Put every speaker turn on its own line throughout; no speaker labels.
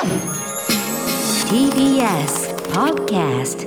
TBS Podcast。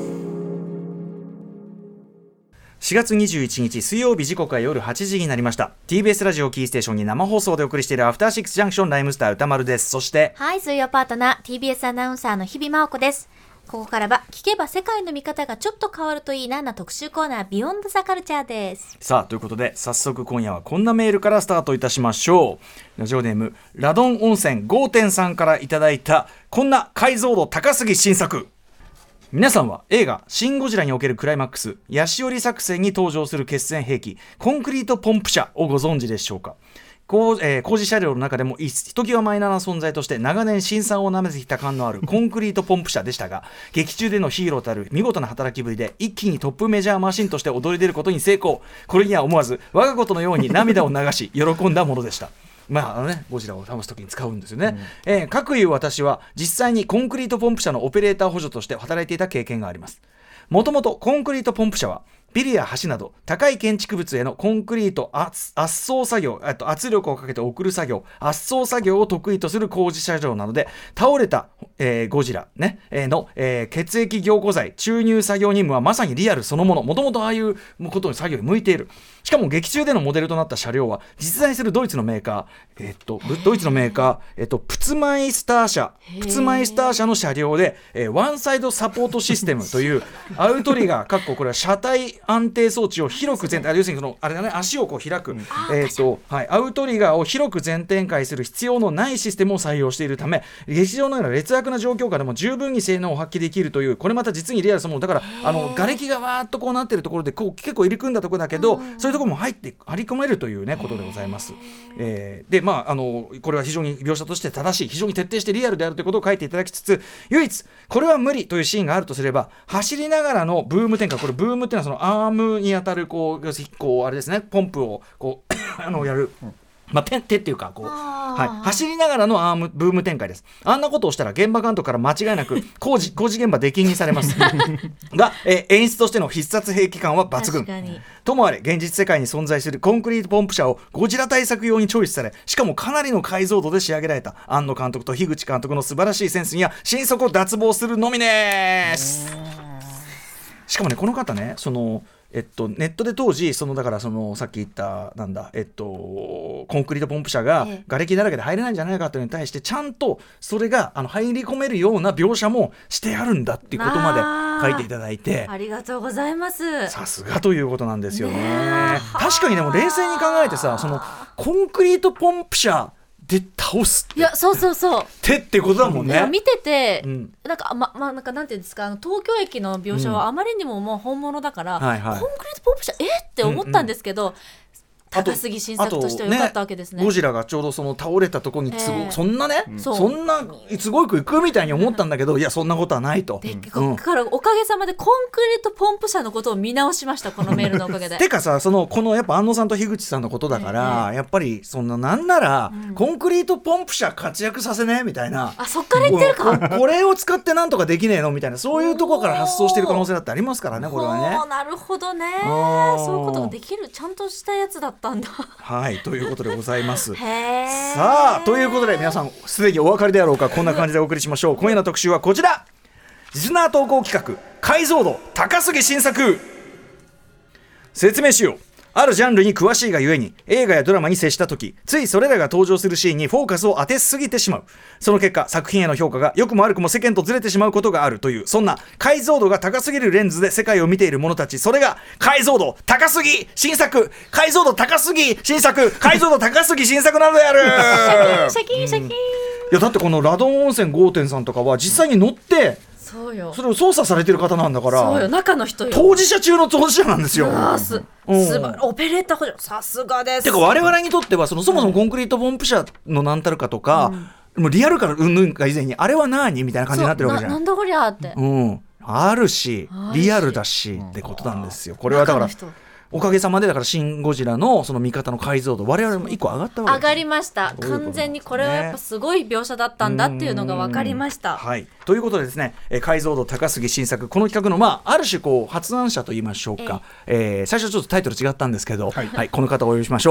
4月21日水曜日、時刻は夜8時になりました。 TBS ラジオキーステーションに生放送でお送りしているアフターシックスジャンクション、ライムスター歌丸です。そして
はい、水曜パートナー TBS アナウンサーの日々真央子です。ここからは聞けば世界の見方がちょっと変わるといいな特集コーナー、ビヨンドザカルチャーです。
さあ、ということで早速今夜はこんなメールからスタートいたしましょう。ラジオネームラドン温泉 5.3 からいただいたこんな解像度高すぎ新作。皆さんは映画シン・ゴジラにおけるクライマックス、ヤシオリ作戦に登場する決戦兵器コンクリートポンプ車をご存知でしょうか。工事車両の中でもひときわマイナーな存在として長年辛酸をなめてきた感のあるコンクリートポンプ車でしたが、劇中でのヒーローたる見事な働きぶりで一気にトップメジャーマシンとして踊り出ることに成功。これには思わず我がことのように涙を流し喜んだものでした。ゴジラを倒すときに使うんですよね。各いう私は実際にコンクリートポンプ車のオペレーター補助として働いていた経験があります。もともとコンクリートポンプ車はビルや橋など高い建築物へのコンクリート圧送作業、圧力をかけて送る作業、圧送作業を得意とする工事車両なので、倒れた、ゴジラ、ねの、血液凝固剤注入作業任務はまさにリアルそのもの。もともとああいうことに作業に向いている。しかも劇中でのモデルとなった車両は実在するドイツのメーカー、プツマイスター社の車両で、ワンサイドサポートシステムというアウトリガーこれは車体安定装置を広く全体、要するにそのあれだね、足をこう開く、アウトリガーを広く全展開する必要のないシステムを採用しているため、劇場のような劣悪な状況下でも十分に性能を発揮できるという、これまた実にリアルなものだから、瓦礫がわーっとこうなっているところでこう結構入り組んだところだけど、そういうところも入って張り込めるというねことでございます。でこれは非常に描写として正しい、非常に徹底してリアルであるということを書いていただきつつ、唯一これは無理というシーンがあるとすれば、走りながらのブーム展開。これブームっていうのはそのアームに当たるこうあれですね、ポンプをこうやる、手っていうか走りながらのアームブーム展開です。あんなことをしたら現場監督から間違いなく工事現場出禁にされますが、演出としての必殺兵器感は抜群ともあれ、現実世界に存在するコンクリートポンプ車をゴジラ対策用にチョイスされ、しかもかなりの解像度で仕上げられた庵野監督と樋口監督の素晴らしいセンスには心底脱帽するのみです。しかもね、この方ね、ネットで当時だからさっき言ったコンクリートポンプ車が瓦礫だらけで入れないんじゃないかというのに対して、ちゃんとそれが入り込めるような描写もしてあるんだっていうことまで書いていただいて、
ありがとうございます。
さすがということなんですよね。確かにでも冷静に考えてさ、コンクリートポンプ車で倒すって、
いやそう
ってことだもんね。
見てて、なんかなんていうんですか、東京駅の描写はあまりにももう本物だから、コンクリートポンプ車って思ったんですけど、高杉新作としては良かったわけですね。
ゴジラがちょうど倒れたところにそんなすごい行くみたいに思ったんだけど、いやそんなことはないと。
だからおかげさまでコンクリートポンプ車のことを見直しました、このメールのおかげで。
てかさ、このやっぱ庵野さんと樋口さんのことだから、やっぱりなんなら、コンクリートポンプ車活躍させねみたいな、
そっから言ってるか
これを使ってなんとかできねえのみたいな、そういうところから発想してる可能性だってありますからね、これはね。
なるほどね、そういうことができるちゃんとしたやつだったんだ。
はい、ということでございます。さあ、ということで皆さんすでにお分かりであろうか、こんな感じでお送りしましょう。今夜の特集はこちら、リスナー投稿企画解像度高すぎ新作。説明しよう。あるジャンルに詳しいがゆえに映画やドラマに接したとき、ついそれらが登場するシーンにフォーカスを当てすぎてしまう。その結果、作品への評価が良くも悪くも世間とずれてしまうことがあるという、そんな解像度が高すぎるレンズで世界を見ている者たち、それが解像度高すぎ新作、解像度高すぎ新作、解像度高すぎ新作なのである。
シャキンシャキン。い
やだってこのラドン温泉 5.3 とかは実際に乗って
そうよ、
それを操作されてる方なんだから、
そうよ、中の人よ、
当事者中の当事者なんですよ。
オペレーター補助、さすがです。
てか我々にとってはそもそもコンクリートポンプ車の何たるかとか、もうリアルからうんぬんか以前にあれは何みたいな感じになってるわけじゃん。
なんだこりゃって、
あるしリアルだしってことなんですよ。これはだからおかげさまでだからシン・ゴジラのその見方の解像度我々も1個上がったわけです。
上がりました。完全にこれはやっぱすごい描写だったんだっていうのが分かりました。
はい、ということでですね、解像度高すぎ新作、この企画のある種こう発案者といいましょうか、最初ちょっとタイトル違ったんですけど、はい、この方をお呼びしましょう。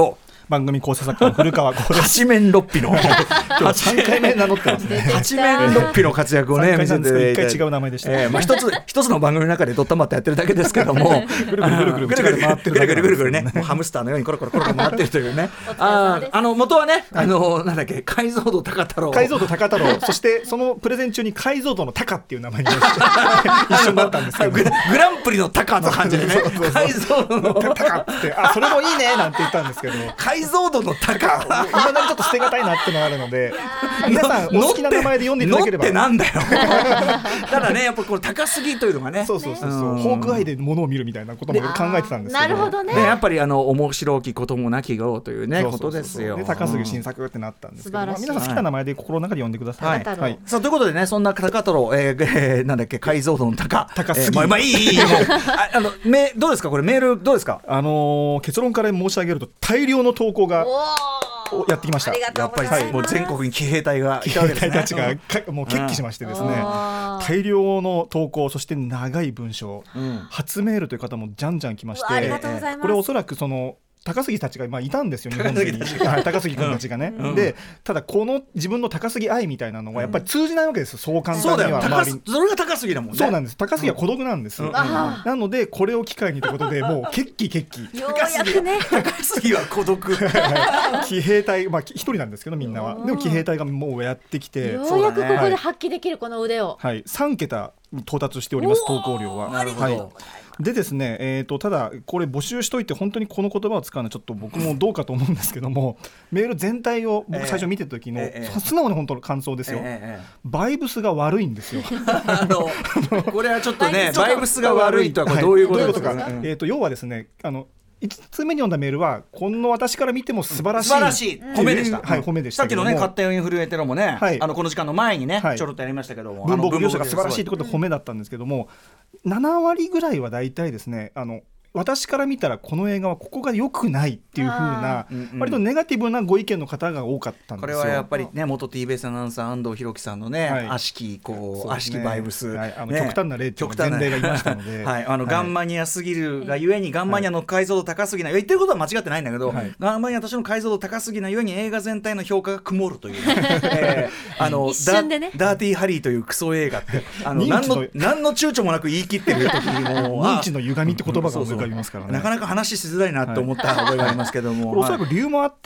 番組構成作家の古川光です。
八面六臂の
今日3回目名乗ってますね。
八面六臂の活躍をね見せて
1回違う名前でした。
まあ一つの番組の中でドッタンバッタやってるだけですけども
ぐるぐる回ってるだけ
ぐるぐるね、もうハムスターのようにコロコロコロコロ回ってるというね。元はね、なんだっけ、解像度高太郎、そしてそのプレゼン中に解像度の高っていう名前に一緒になったんですけど、 グランプリの高の感じでね、解像度の
高ってそれもいいねなんて言ったんですけど、
解像度の高
いまだにちょっと捨てがたいなってのがあるので、皆さんお好きな名前で読んでいただければ。
のってなんだよただね、やっぱこの高すぎというのがね、
そうホークアイで物を見るみたいなことも考えてたんですけど、
なるほどね、
やっぱり面白きこともなきがおというねことですよ。
高杉晋作ってなったんですけど、皆さん好きな名前で心の中で呼んでください。
さあということでね、そんな高太郎、なんだっけ、解像度の高
すぎ、
まあいいどうですか、これメールどうですか。
結論から申し上げると大量の投稿がやってきました。
やっぱりもう全国に騎兵隊がいたわけですね。
騎兵隊たちがもう決起しましてですね、大量の投稿、そして長い文章、初メールという方もじゃんじゃん来まして、これおそらくその高杉たちがいたんですよ、日本に高杉君たちがね、でただこの自分の高杉愛みたいなのはやっぱり通じないわけですよ、そう簡単には。
それが高杉だもんね。
そうなんです、高杉は孤独なんです、なのでこれを機会にということでもう決起
ようやくね
高杉は孤独
騎兵隊、一人なんですけどみんなは、でも騎兵隊がもうやってきて、
ようやくここで発揮できるこの腕を、
3桁到達しております、投稿量は。
なるほど。
でですね、ただこれ募集しといて本当にこの言葉を使うのはちょっと僕もどうかと思うんですけども、メール全体を僕最初見てた時の、素直に本当の感想ですよ、バイブスが悪いんですよ
これはちょっとね、バイブスが悪いとはこれどういうことですか。
要はですね、1通目に読んだメールはこの私から見ても素晴らしい
褒めでした、
褒めでした。
さっきのね、勝手に震えてるのもね、この時間の前にね、ちょろっとやりましたけども、
文房具描写が素晴らしいってことで褒めだったんですけども、7割ぐらいは大体ですね、私から見たらこの映画はここが良くないっていう風な割とネガティブなご意見の方が多かったんですよ。
これはやっぱりね、元 TBS アナウンサー安藤裕樹さんのね、悪しきバイブス、
極端な例っていう前例がいましたので、
ガンマニアすぎるがゆえに、ガンマニアの解像度高すぎない、言ってることは間違ってないんだけど、ガンマニアとしての解像度高すぎないゆえに映画全体の評価が曇るという
一瞬でね、
ダーティーハリーというクソ映画って何の躊躇もなく言い切ってる時にも
認知の歪みって言葉が思い浮かびますからね。
なかなか話しづらいなと思った覚えがありますけども、
おそらく理由もあって、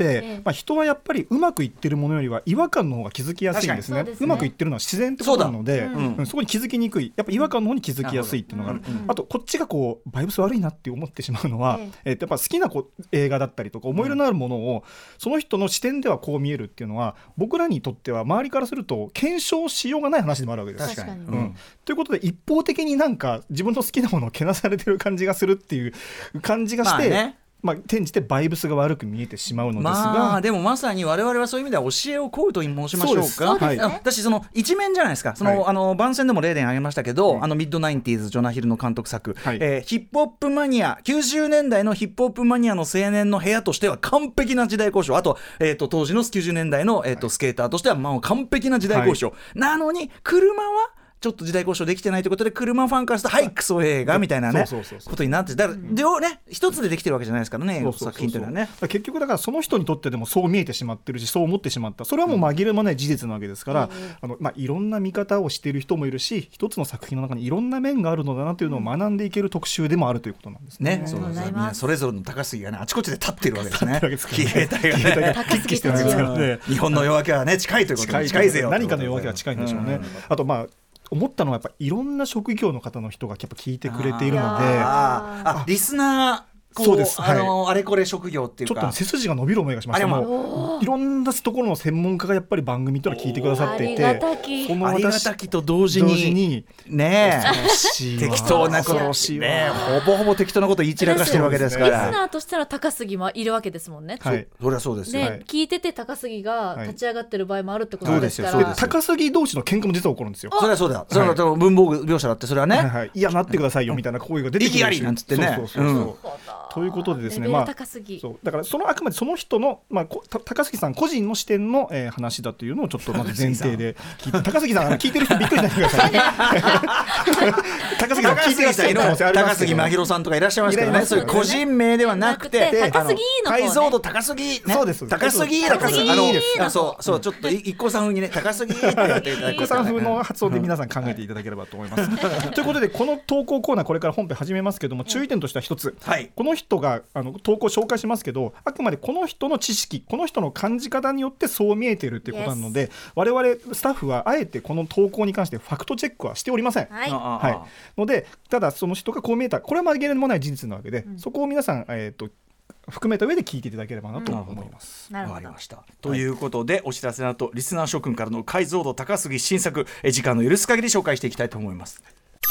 人はやっぱりうまくいってるものよりは違和感の方が気づきやすいんですね。うまくいってるのは自然ってことなので、そこに気づきにくい、やっぱ違和感の方に気づきやすいっていうのがある。あとこっちがこうバイブス悪いなって思ってしまうのは、やっぱ好きな映画だったりとか思い入れのあるものをその人の視点ではこう見えるっていうのは、僕らにとっては周りからすると検証しようがない話でもあるわけです。
確かに、
ということで一方的になんか自分の好きなものをけなされてる感じがするっていう感じがして、転じてバイブスが悪く見えてしまうのですが、
でもまさに我々はそういう意味では教えを請うと申しましょうか。私その一面じゃないですか、番宣でも例で挙げましたけど、ミッドナインティーズジョナヒルの監督作、ヒップホップマニア、90年代のヒップホップマニアの青年の部屋としては完璧な時代交渉、あと、当時の90年代の、スケーターとしては完璧な時代交渉、なのに車はちょっと時代交渉できてないということで、車ファンからするとはいクソ映画みたいなねことになって、だからね、一つでできてるわけじゃないですからね、作品というのはね。
結局だからその人にとってでもそう見えてしまってるし、そう思ってしまった、それはもう紛れもない事実なわけですから、いろんな見方をしている人もいるし、一つの作品の中にいろんな面があるのだなというのを学んでいける特集でもあるということなんですね。
そうですね、みんなそれぞれの高杉がね、あちこちで立ってるわけですね。騎兵隊がね
決起してるわけですからね。
日本の夜明けはね近いということで、近いぜよ、
何かの夜明けは近いんでしょうね。あと思ったのはやっぱいろんな職業の方の人がやっぱ聞いてくれているので、
リスナー
そうです、
あれこれ職業っていうか、
ちょっと背筋が伸びる思いがしました。もういろんなところの専門家がやっぱり番組というのを聞いてくださっていて、
ありがたきと同時にね適当なことね、ほぼほぼ適当なこと言い散らかしてるわけですから、
リスナーとしての高杉もいるわけですもんね。
それはそうですよ、
聞いてて高杉が立ち上がってる場合もあるってことですから、
高杉同士の喧嘩も実は起こるんですよ。
それはそうだ、それは文房具描写だって、それはね、
いやなってくださいよみたいな声が出てくるし、
意義ありなんつってね、
ということでですね、
レベル高すぎ、
そうだからあくまでその人の、高杉さん個人の視点の、話だというのをちょっとまず前提で高杉さん聞いてる人びっくりしないでください高杉さん聞いてらっしゃる可能性ありますけど、
高杉真宙さんとかいらっしゃいますけどね、そういう個人名ではなくて
高杉の
解像度高杉、
そうです、
高杉だからそうちょっと一個さん風にね高杉ってやっていただ
一個さん風の発音で皆さん考えていただければと思いますということでこの投稿コーナーこれから本編始めますけども、注意点としては一つ、この人が投稿紹介しますけど、あくまでこの人の知識、この人の感じ方によってそう見えているっていうことなので、我々スタッフはあえてこの投稿に関してファクトチェックはしておりません。のでただその人がこう見えた、これは紛れもない事実なわけで、そこを皆さん、含めた上で聞いていただければなと思います。
わかりました。ということで、お知らせの後リスナー諸君からの解像度高すぎ新作、時間の許す限り紹介していきたいと思います。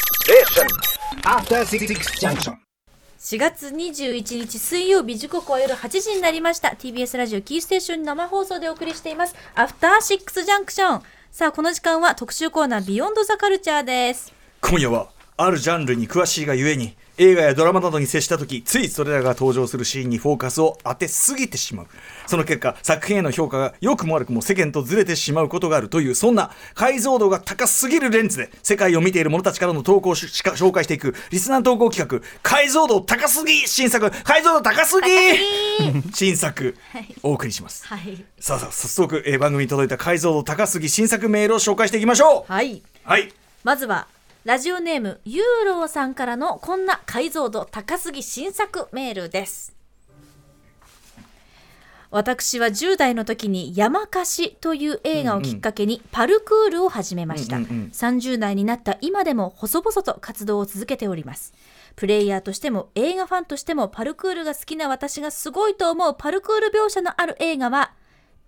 4月21日水曜日、時刻は夜8時になりました。 TBS ラジオキーステーションに生放送でお送りしていますアフターシックスジャンクション。さあこの時間は特集コーナービヨンドザカルチャーです。
今夜はあるジャンルに詳しいがゆえに映画やドラマなどに接した時、ついそれらが登場するシーンにフォーカスを当てすぎてしまう。その結果作品への評価が良くも悪くも世間とずれてしまうことがあるという、そんな解像度が高すぎるレンズで世界を見ている者たちからの投稿を紹介していくリスナー投稿企画、解像度高すぎ新作、解像度高すぎ新作お送りします、さあ早速、番組に届いた解像度高すぎ新作メールを紹介していきましょう。
まずはラジオネームユーローさんからのこんな解像度高すぎ新作メールです。私は10代の時に山歌詞という映画をきっかけにパルクールを始めました。30代になった今でも細々と活動を続けております。プレイヤーとしても映画ファンとしてもパルクールが好きな私がすごいと思うパルクール描写のある映画は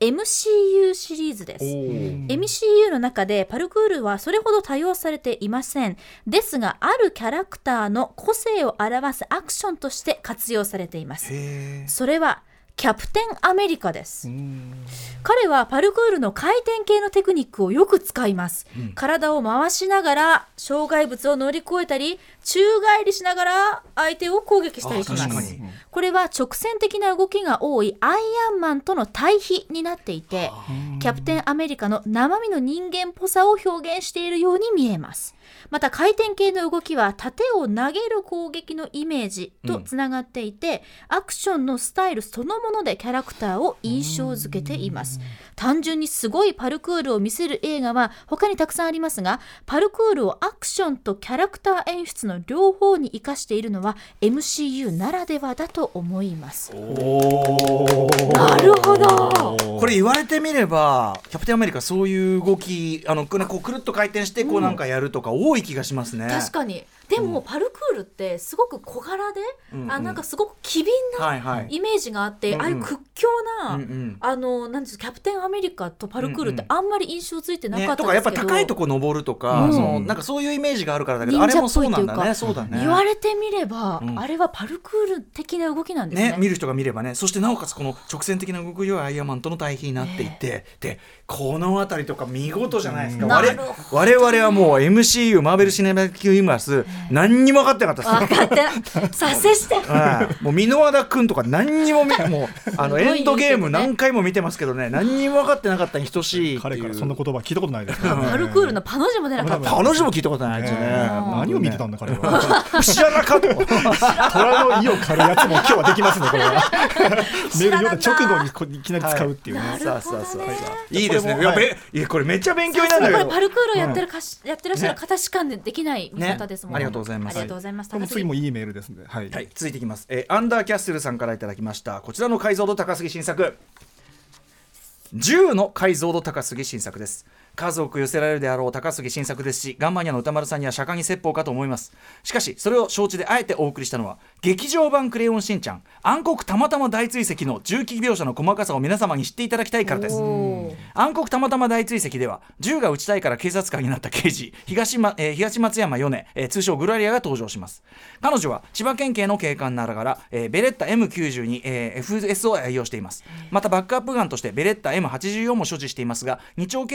MCU シリーズです。MCU の中でパルクールはそれほど多用されていません。ですがあるキャラクターの個性を表すアクションとして活用されています。それはキャプテンアメリカです。彼はパルクールの回転系のテクニックをよく使います。体を回しながら障害物を乗り越えたり宙返りしながら相手を攻撃したりします。これは直線的な動きが多いアイアンマンとの対比になっていて、キャプテンアメリカの生身の人間っぽさを表現しているように見えます。また回転系の動きは盾を投げる攻撃のイメージとつながっていて、アクションのスタイルそのものでキャラクターを印象づけています。単純にすごいパルクールを見せる映画は他にたくさんありますが、パルクールをアクションとキャラクター演出の両方に生かしているのは MCU ならではだと思います。なるほど。
これ言われてみればキャプテンアメリカそういう動きこうくるっと回転してこうなんかやるとか多い気がしますね。
確かに。でもパルクールってすごく小柄で、なんかすごく機敏なイメージがあって、ああいう屈強な、なんですキャプテンアメリカとパルクールってあんまり印象ついてなかったんですけど、
やっぱ高いとこ登るとか、なんかそういうイメージがあるからだけど、あれもそうなんだね。そうだね。
言われてみれば、あれはパルクール的な動きなんですね。
見る人が見ればね。そしてなおかつこの直線的な動きはアイアンマンとの対比になっていて、でこのあたりとか見事じゃないですか。我々はもう MCU マーベルシネマティックユニバース何にも分かってなかった
です。分かってさせして
もう箕輪田君とか何にももうエンドゲーム何回も見てますけどね、何にも分かってなかったに等しいっていう。
彼からそんな言葉聞いたことないですね。
パルクールのパの字も出なかった。
パの字も聞いたことないですね。
何を見てたんだ彼は。
知らなかった。
虎の意を狩るやつも今日はできますね。これはメール読んだ直後にいきなり使うっていうね。
いいですね。いやこれめっちゃ勉強になるんだけど、
これパルクールをやってらっしゃる方しかできない見方ですもんね。
ありがとうございます。
ありがとうございます。
次もいいメールですね。
続いていきます。アンダーキャッスルさんからいただきました。こちらの解像度高すぎ新作、10の解像度高すぎ新作です。数多く寄せられるであろう高すぎ新作ですし、ガンマニアの歌丸さんには釈迦に説法かと思います。しかしそれを承知であえてお送りしたのは劇場版クレヨンしんちゃん暗黒たまたま大追跡の重機描写の細かさを皆様に知っていただきたいからです。暗黒たまたま大追跡では銃が撃ちたいから警察官になった刑事東松山米、通称グラリアが登場します。彼女は千葉県警の警官ながら、ベレッタ M92、FS を愛用しています。またバックアップガンとしてベレッタ M84 も所持していますが、二丁拳銃として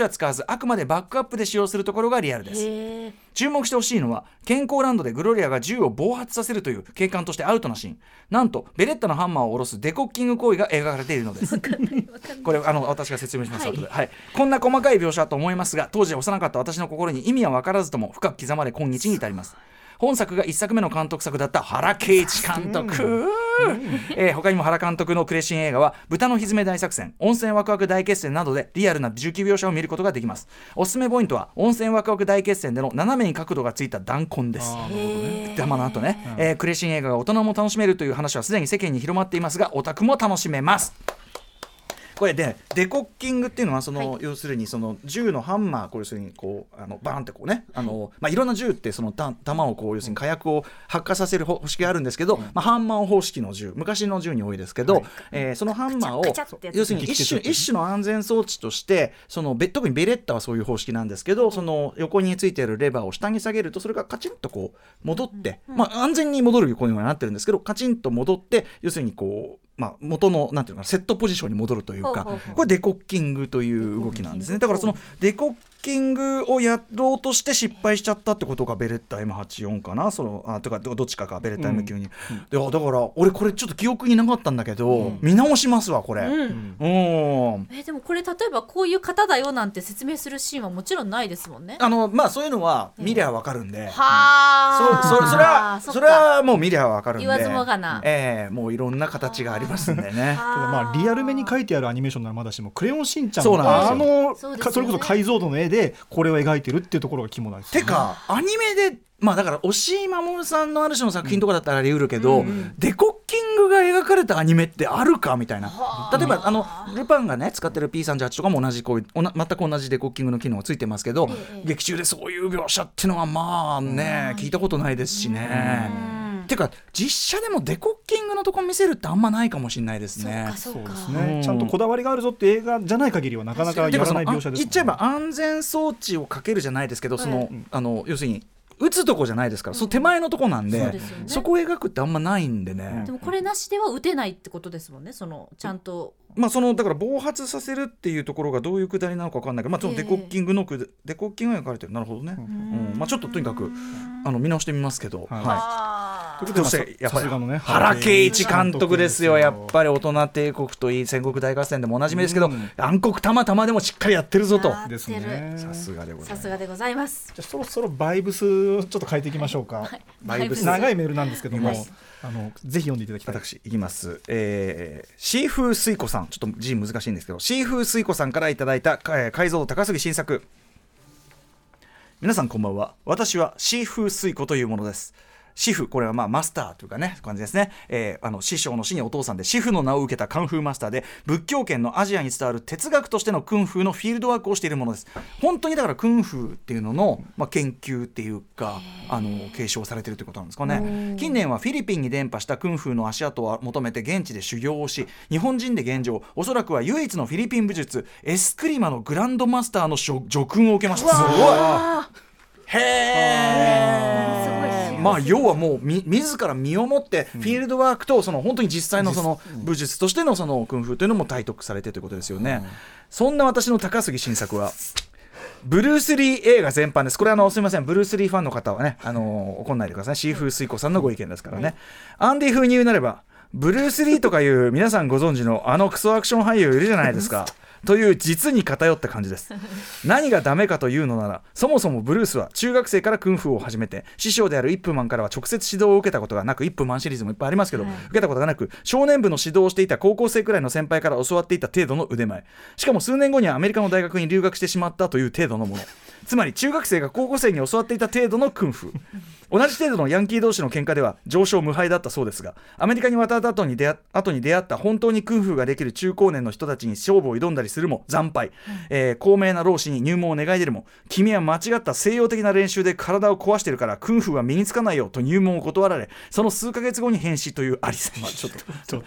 しては使わず、あくまでバックアップで使用するところがリアルです。注目してほしいのは、健康ランドでグロリアが銃を暴発させるという警官としてアウトなシーン。なんとベレッタのハンマーを下ろすデコッキング行為が描かれているのです。これ私が説明します、後で。はい、こんな細かい描写と思いますが、当時幼かった私の心に意味は分からずとも深く刻まれ、今日に至ります。本作が1作目の監督作だった原敬一監督、他にも原監督のクレシン映画は豚のひづめ大作戦、温泉ワクワク大決戦などでリアルな銃器描写を見ることができます。おすすめポイントは温泉ワクワク大決戦での斜めに角度がついた弾痕です。まあ、なんとね、クレシン映画が大人も楽しめるという話はすでに世間に広まっていますが、オタクも楽しめます。これでデコッキングっていうのは要するにその銃のハンマー、要するにこうバーンってこうね、いろんな銃ってその弾をこう要するに火薬を発火させる方式があるんですけど、ハンマー方式の銃、昔の銃に多いですけど、そのハンマーを要するに一種の安全装置として特にベレッタはそういう方式なんですけど、その横についているレバーを下に下げるとそれがカチンとこう戻って、安全に戻るようにはなってるんですけど、カチンと戻って要するにこう元のなんていうのかセットポジションに戻るというか、これデコッキングという動きなんですね。だからそのデコッキングをやろうとして失敗しちゃったってことがベレッタ M84 かな、とかどっちかベレッタ M92、いやだから俺これちょっと記憶になかったんだけど、見直しますわこれ。
でもこれ例えばこういう方だよなんて説明するシーンはもちろんないですもんね。
そういうのは見りゃわかるんで、
そ
れはもう見りゃわかるんで、
言わずもがな、
もういろんな形がありますんでね。
リアルめに書いてあるアニメーションならまだしも、クレヨンしんちゃんのそれこそ解像度の絵でこれを描いてるっていうところが肝なんですよね。
てかアニメでだから押井守さんのある種の作品とかだったらあり得るけど、デコッキングが描かれたアニメってあるかみたいな。例えばルパンがね使ってる P38 とかも同じ全く同じデコッキングの機能がついてますけど、劇中でそういう描写っていうのは聞いたことないですしね。てか実写でもデコッキングのとこ見せるってあんまないかもしれないですね。
そうですね、ちゃんとこだわりがあるぞって映画じゃない限りはなかなかやらない描写ですもんね。
言っちゃえば安全装置をかけるじゃないですけど、要するに打つとこじゃないですから、その手前のとこなんで、そこを描くってあんまないんでね。
でもこれなしでは打てないってことですもんね、ちゃんと。
だから暴発させるっていうところがどういうくだりなのか分かんないけど、そのデコッキングが描かれてる。なるほどね。ちょっととにかく見直してみますけど、ということでやっぱり原敬一監督ですよ。やっぱり大人帝国といい戦国大合戦でもおなじみですけど、暗黒たまたまでもしっかりやってるぞと。
ですね。
さすがでございます。
じゃあそろそろバイブスをちょっと変えていきましょうか。バイブス長いメールなんですけども、ぜひ読んでいただきたい。
私いきます。シーフースイコさん、ちょっと字難しいんですけど、シーフースイコさんからいただいた解像度高すぎ新作。皆さんこんばんは。私はシーフースイコというものです。師傅、これはマスターというかね感じですね。師匠の師にお父さんで師傅の名を受けたカンフーマスターで、仏教圏のアジアに伝わる哲学としてのクンフーのフィールドワークをしているものです。本当にだからクンフーっていうのの、研究っていうか継承されているということなんですかね。近年はフィリピンに伝播したクンフーの足跡を求めて現地で修行をし、日本人で現状おそらくは唯一のフィリピン武術エスクリマのグランドマスターの叙勲を受けました。すごい。へー。要はもう自ら身をもってフィールドワークと本当に実際の武術としてのクンフーというのも体得されてということですよね。そんな私の高杉新作はブルース・リー映画全般です。これすみません、ブルース・リーファンの方はね怒んないでください。シーフースイコさんのご意見ですからね。アンディ風に言うなればブルース・リーとかいう皆さんご存知のクソアクション俳優いるじゃないですかという実に偏った感じです。何がダメかというのなら、そもそもブルースは中学生からクンフーを始めて、師匠であるイップマンからは直接指導を受けたことがなく、イップマンシリーズもいっぱいありますけど、受けたことがなく、少年部の指導をしていた高校生くらいの先輩から教わっていた程度の腕前、しかも数年後にはアメリカの大学に留学してしまったという程度のもの。つまり中学生が高校生に教わっていた程度のクンフー。同じ程度のヤンキー同士の喧嘩では上昇無敗だったそうですが、アメリカに渡った後に出会った本当にクンフーができる中高年の人たちに勝負を挑んだりするも惨敗、高名な老師に入門を願い出るも、君は間違った西洋的な練習で体を壊してるからクンフーは身につかないよと入門を断られ、その数ヶ月後に変死というありさま。ちょっと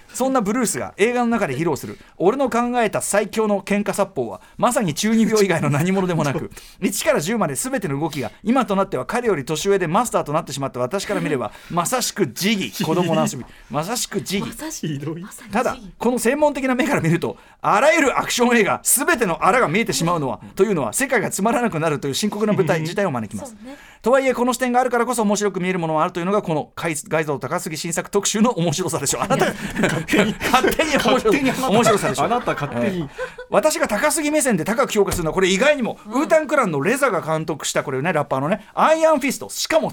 そんなブルースが映画の中で披露する俺の考えた最強の喧嘩殺法はまさに中二病以外の何者でもなく1から10まで全ての動きが今となっては彼より年上でマスターとなってしまった私から見ればまさしくジギ子供の遊びまさしくジギただこの専門的な目から見るとあらゆるアクション映画全てのあらが見えてしまうのはというのは世界がつまらなくなるという深刻な舞台自体を招きますとはいえこの視点があるからこそ面白く見えるものがあるというのがこの解像高杉新作特集の面白さでしょう。あなた勝手に面白さでしょう。
あなた勝手に、
私が高杉目線で高く評価するのはこれ以外にも、ウータンクランのレザが監督したこれねラッパーのねアイアンフィストしかも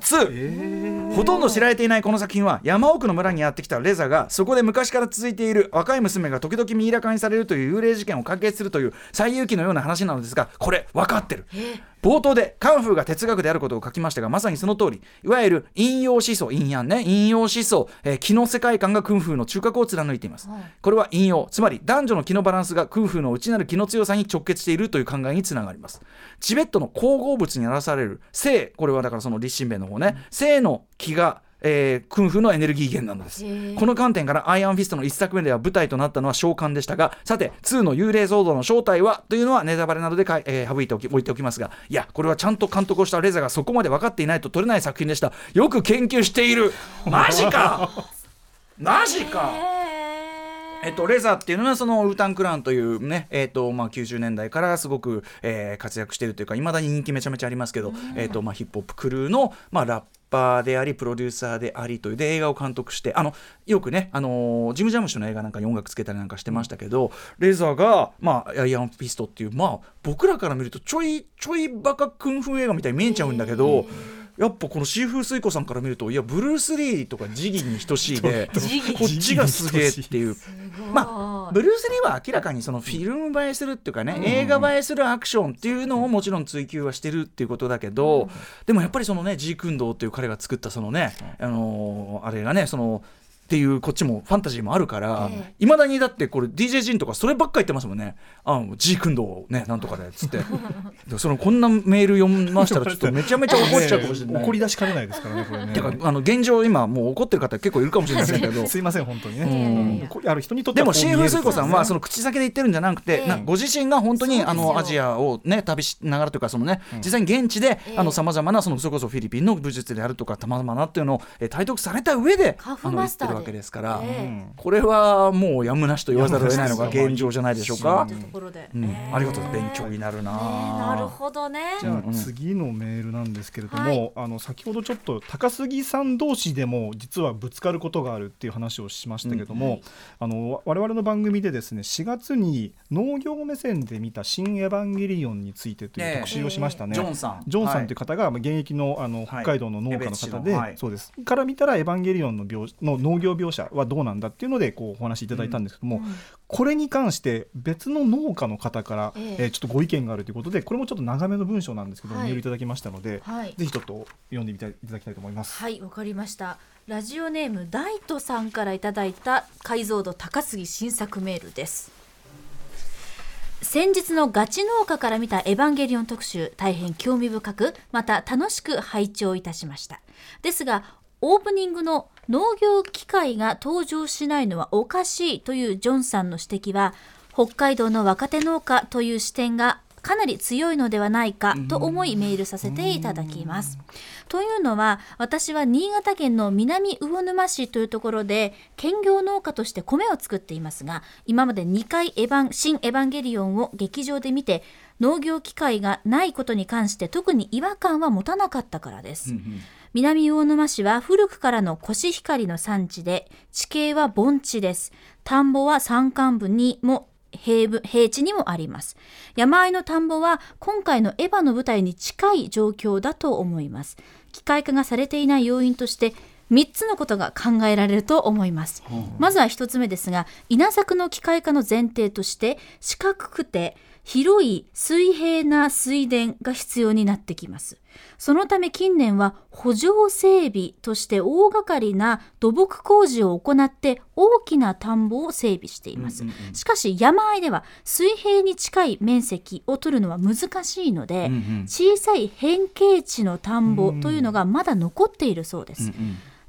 2、ほとんど知られていないこの作品は山奥の村にやってきたレザがそこで昔から続いている若い娘が時々ミイラ化にされるという幽霊事件を解決するという西遊記のような話なのですがこれ分かってる。冒頭でカンフーが哲学であることを書きましたがまさにその通りいわゆる陰陽思想陰陽ね陰陽思想、気の世界観がクンフーの中核を貫いています、これは陰陽つまり男女の気のバランスがクンフーの内なる気の強さに直結しているという考えにつながります。チベットの構合物に表される性これはだからその立身弁の方ね性の気がクンフーのエネルギー源なのです。この観点からアイアンフィストの1作目では舞台となったのは召喚でしたがさて2の幽霊騒動の正体はというのはネタバレなどで省いて置いておきますがいやこれはちゃんと監督をしたレザがそこまで分かっていないと撮れない作品でした。よく研究しているマジかマジかレザっていうのはそのウータンクランというね、90年代からすごく、活躍しているというか未だに人気めちゃめちゃありますけど、ヒップホップクルーの、ラッパーでありプロデューサーでありというで映画を監督してよくね、ジム・ジャムシュの映画なんかに音楽つけたりなんかしてましたけど、レザが、アイアンフィストっていう、僕らから見るとちょいバカクンフー映画みたいに見えちゃうんだけどやっぱこのシーフースイコさんから見るといやブルース・リーとかジギに等しいでこっちがすげえっていうブルース・リーは明らかにそのフィルム映えするっていうかね、映画映えするアクションっていうのをもちろん追求はしてるっていうことだけど、でもやっぱりそのねジークンドーっていう彼が作ったそのね、あれがねそのっていうこっちもファンタジーもあるからいまだにだってこれ DJ ジンとかそればっか言ってますもんね。ジークンドーねなんとかでつってそのこんなメール読みましたらちょっとめちゃめちゃ怒っちゃうかもしれない。
怒り出しかねないですからねこれね。
てか現状今もう怒ってる方結構いるかもしれませんけど
すいません本当にね、ある人にとっては
でもシーフースイコさんはその口先で言ってるんじゃなくて、ご自身が本当にアジアをね旅しながらというかそのね、実際に現地でさまざまなそれこそフィリピンの武術であるとかたまざまなっていうのを体得された上で言ってるわけですから、これはもうやむなしと言わざるを得ないのが現状じゃないでしょうか。
というところで、
ありがとう勉強になるな、
なるほどね。
じゃあ次のメールなんですけれども、先ほどちょっと高杉さん同士でも実はぶつかることがあるっていう話をしましたけども、我々の番組でですね4月に農業目線で見た新エヴァンゲリオンについてという特集をしましたね。
ジョンさん
という方が現役の北海道の農家の方で、そうですから見たらエヴァンゲリオンの農業描写はどうなんだっていうのでこうお話いただいたんですけども、これに関して別の農家の方から、ちょっとご意見があるということでこれもちょっと長めの文章なんですけど、メールいただきましたので、ぜひちょっと読んでいただきたいと思います。
はい、わかりました。ラジオネームダイトさんからいただいた解像度高杉新作メールです。先日のガチ農家から見たエヴァンゲリオン特集、大変興味深くまた楽しく拝聴いたしました。ですがオープニングの農業機械が登場しないのはおかしいというジョンさんの指摘は北海道の若手農家という視点がかなり強いのではないかと思いメールさせていただきます。というのは私は新潟県の南魚沼市というところで兼業農家として米を作っていますが、今まで2回新エヴァンゲリオンを劇場で見て農業機械がないことに関して特に違和感は持たなかったからです。南魚沼市は古くからのコシヒカリの産地で地形は盆地です。田んぼは山間部にも平地にもあります。山あいの田んぼは今回のエヴァの舞台に近い状況だと思います。機械化がされていない要因として3つのことが考えられると思います。まずは1つ目ですが、稲作の機械化の前提として四角くて広い水平な水田が必要になってきます。そのため近年は圃場整備として大掛かりな土木工事を行って大きな田んぼを整備しています。しかし山あいでは水平に近い面積を取るのは難しいので、小さい変形地の田んぼというのがまだ残っているそうです。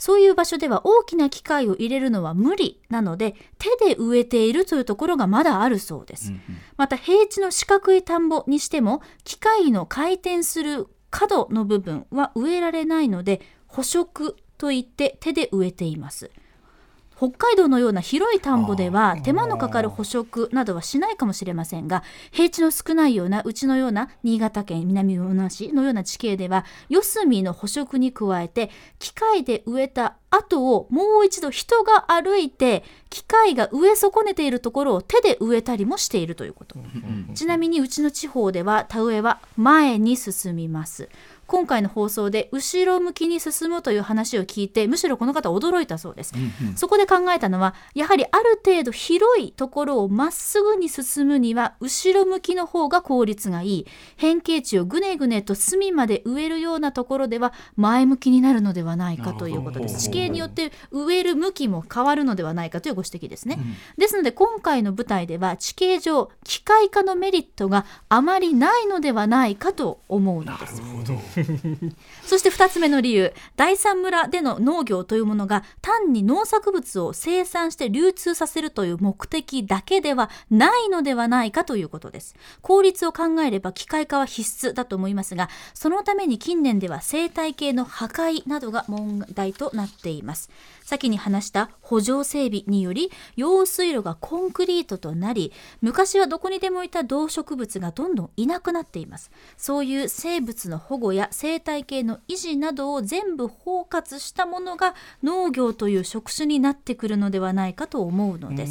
そういう場所では大きな機械を入れるのは無理なので、手で植えているというところがまだあるそうです。また平地の四角い田んぼにしても、機械の回転する角の部分は植えられないので、捕食といって手で植えています。北海道のような広い田んぼでは手間のかかる捕食などはしないかもしれませんが、平地の少ないようなうちのような新潟県南魚沼市のような地形では、四隅の捕食に加えて機械で植えた後をもう一度人が歩いて、機械が植え損ねているところを手で植えたりもしているということ。ちなみにうちの地方では田植えは前に進みます。今回の放送で後ろ向きに進むという話を聞いて、むしろこの方驚いたそうです。そこで考えたのは、やはりある程度広いところをまっすぐに進むには後ろ向きの方が効率がいい。変形地をぐねぐねと隅まで植えるようなところでは前向きになるのではないかということです。地形によって植える向きも変わるのではないかというご指摘ですね。ですので今回の舞台では地形上機械化のメリットがあまりないのではないかと思うのです。そして2つ目の理由、第三村での農業というものが単に農作物を生産して流通させるという目的だけではないのではないかということです。効率を考えれば機械化は必須だと思いますが、そのために近年では生態系の破壊などが問題となっています。先に話した圃場整備により用水路がコンクリートとなり、昔はどこにでもいた動植物がどんどんいなくなっています。そういう生物の保護や生態系の維持などを全部包括したものが農業という職種になってくるのではないかと思うのです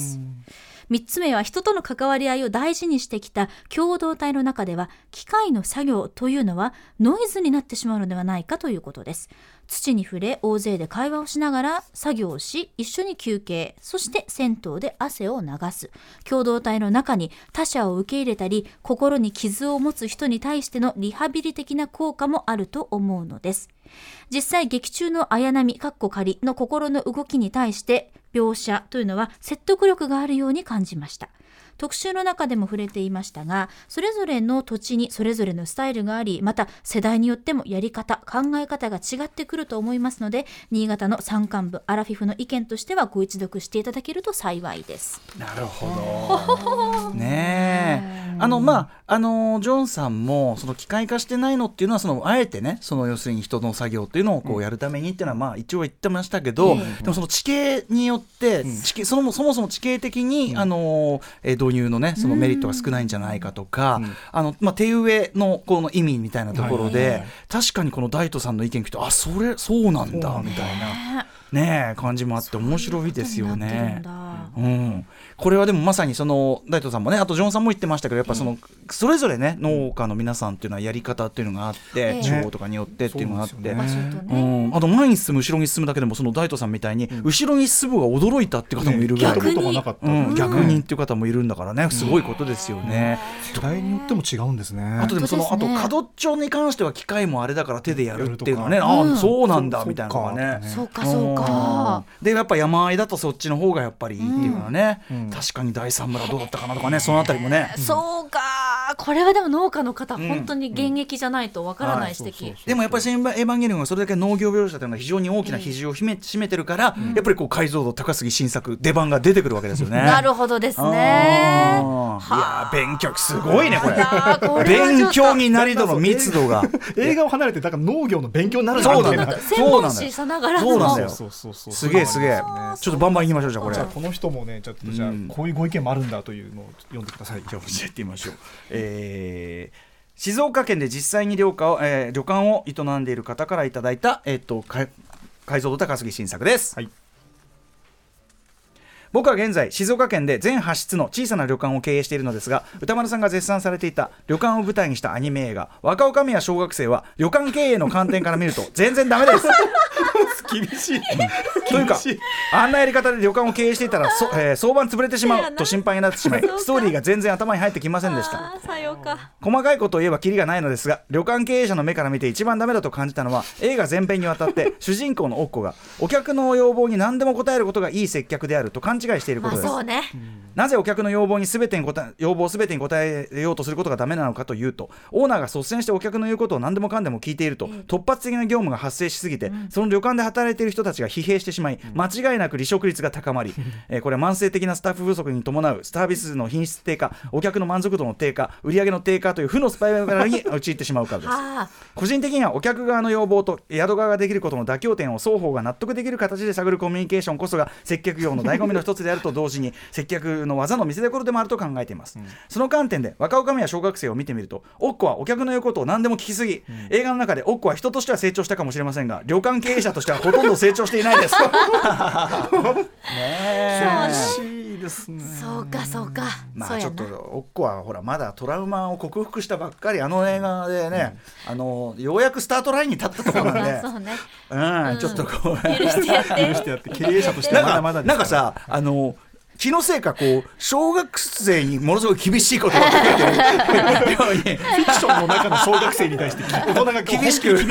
。3つ目は、人との関わり合いを大事にしてきた共同体の中では機械の作業というのはノイズになってしまうのではないかということです。土に触れ大勢で会話をしながら作業をし、一緒に休憩、そして銭湯で汗を流す。共同体の中に他者を受け入れたり、心に傷を持つ人に対してのリハビリ的な効果もあると思うのです。実際劇中の綾波仮の心の動きに対して描写というのは説得力があるように感じました。特集の中でも触れていましたが、それぞれの土地にそれぞれのスタイルがあり、また世代によってもやり方、考え方が違ってくると思いますので、新潟の山間部アラフィフの意見としてはご一読していただけると幸いです。
なるほどねえ。ジョンさんもその機械化してないのっていうのはあえてね、要するに人の作業っていうのをこうやるためにっていうのは一応言ってましたけど、でもその地形によって、そもそも地形的に導入のねそのメリットが少ないんじゃないかとか、手植えのこの意味みたいなところで、確かにこの大斗さんの意見聞くと、そうなんだみたいなね感じもあって面白いですよね。これはでもまさに大斗さんもね、あとジョンさんも言ってましたけど、やっぱそれぞれね農家の皆さんっていうのはやり方っていうのがあって、地方とかによってっていうのがあって、あと前に進む後ろに進むだけでも、その大斗さんみたいに後ろに進むが驚いたっていう方もいるぐらい、
逆
にっていう方もいるんだからね、すごいことですよね。
時代によっても違うんですね。
あとでもあと角っちょに関しては機械もあれだから手でやるっていうのはね、そうなんだみたいなのがね。
そうか
でやっぱ山あいだとそっちの方がやっぱりいいっていうのはね、確かに第三村どうだったかなとかね、そのあたりもね。
そうか、これはでも農家の方、本当に現役じゃないとわからない指摘。
でもやっぱりエヴァンゲリオンがそれだけ農業描写というのは非常に大きな比重を占めてるから、やっぱり解像度高杉晋作出番が出てくるわけですよね。
なるほどですね。
いや勉強すごいねこれ。勉強になり度の密度が
映画を離れてだから農業の勉強になるん
だよ。専門誌さながらの。
そうなんだよ。すげえちょっとバンバンいきましょう。じゃあこれ。
この人もねちょっとじゃあこういうご意見もあるんだというのを読んでください。
じゃあ教えてみましょう。静岡県で実際に旅館を営んでいる方からいただいた解像度高杉晋作です。僕は現在静岡県で全8室の小さな旅館を経営しているのですが、歌丸さんが絶賛されていた旅館を舞台にしたアニメ映画若女将は小学生は旅館経営の観点から見ると全然ダメです
厳しい
というか、あんなやり方で旅館を経営していたら相場潰れてしまうと心配になってしまい、ストーリーが全然頭に入ってきませんでした。細かいことを言えばキリがないのですが、旅館経営者の目から見て一番ダメだと感じたのは、映画全編にわたって主人公のおっこがお客の要望に何でも応えることがいい接客であると勘違いしていることです。なぜお客の要望すべてに応えようとすることがダメなのかというと、オーナーが率先してお客の言うことを何でもかんでも聞いていると突発的な業務が発生しすぎて、その旅館で働いている人たちが疲弊してしまい、間違いなく離職率が高まり、これは慢性的なスタッフ不足に伴うサービスの品質低下、お客の満足度の低下、売上の低下という負のスパイラルに陥ってしまうからです個人的にはお客側の要望と宿側ができることの妥協点を双方が納得できる形で探るコミュニケーションこそが接客業の醍醐味の一つであると同時に接客の技の見せ所でもあると考えています、その観点で若女将や小学生を見てみると、オッコはお客の言うことを何でも聞きすぎ、映画の中でオッコは人としては成長したかもしれませんが、旅館経営者としてはほとんど成長していないですね
え、しいですね。
そうかそうか、
まあちょっとオッコはほらまだトラウマを克服したばっかり、映画でね、ようやくスタートラインに立ったところなんで
そうね、
ちょっとこう
許してやって
許してやって、経営者としてはまだまだです
なんかさ、気のせいかこう小学生にものすごい厳しいことが書いてるように
フィクションの中の小学生に対して大人が
厳しいっていう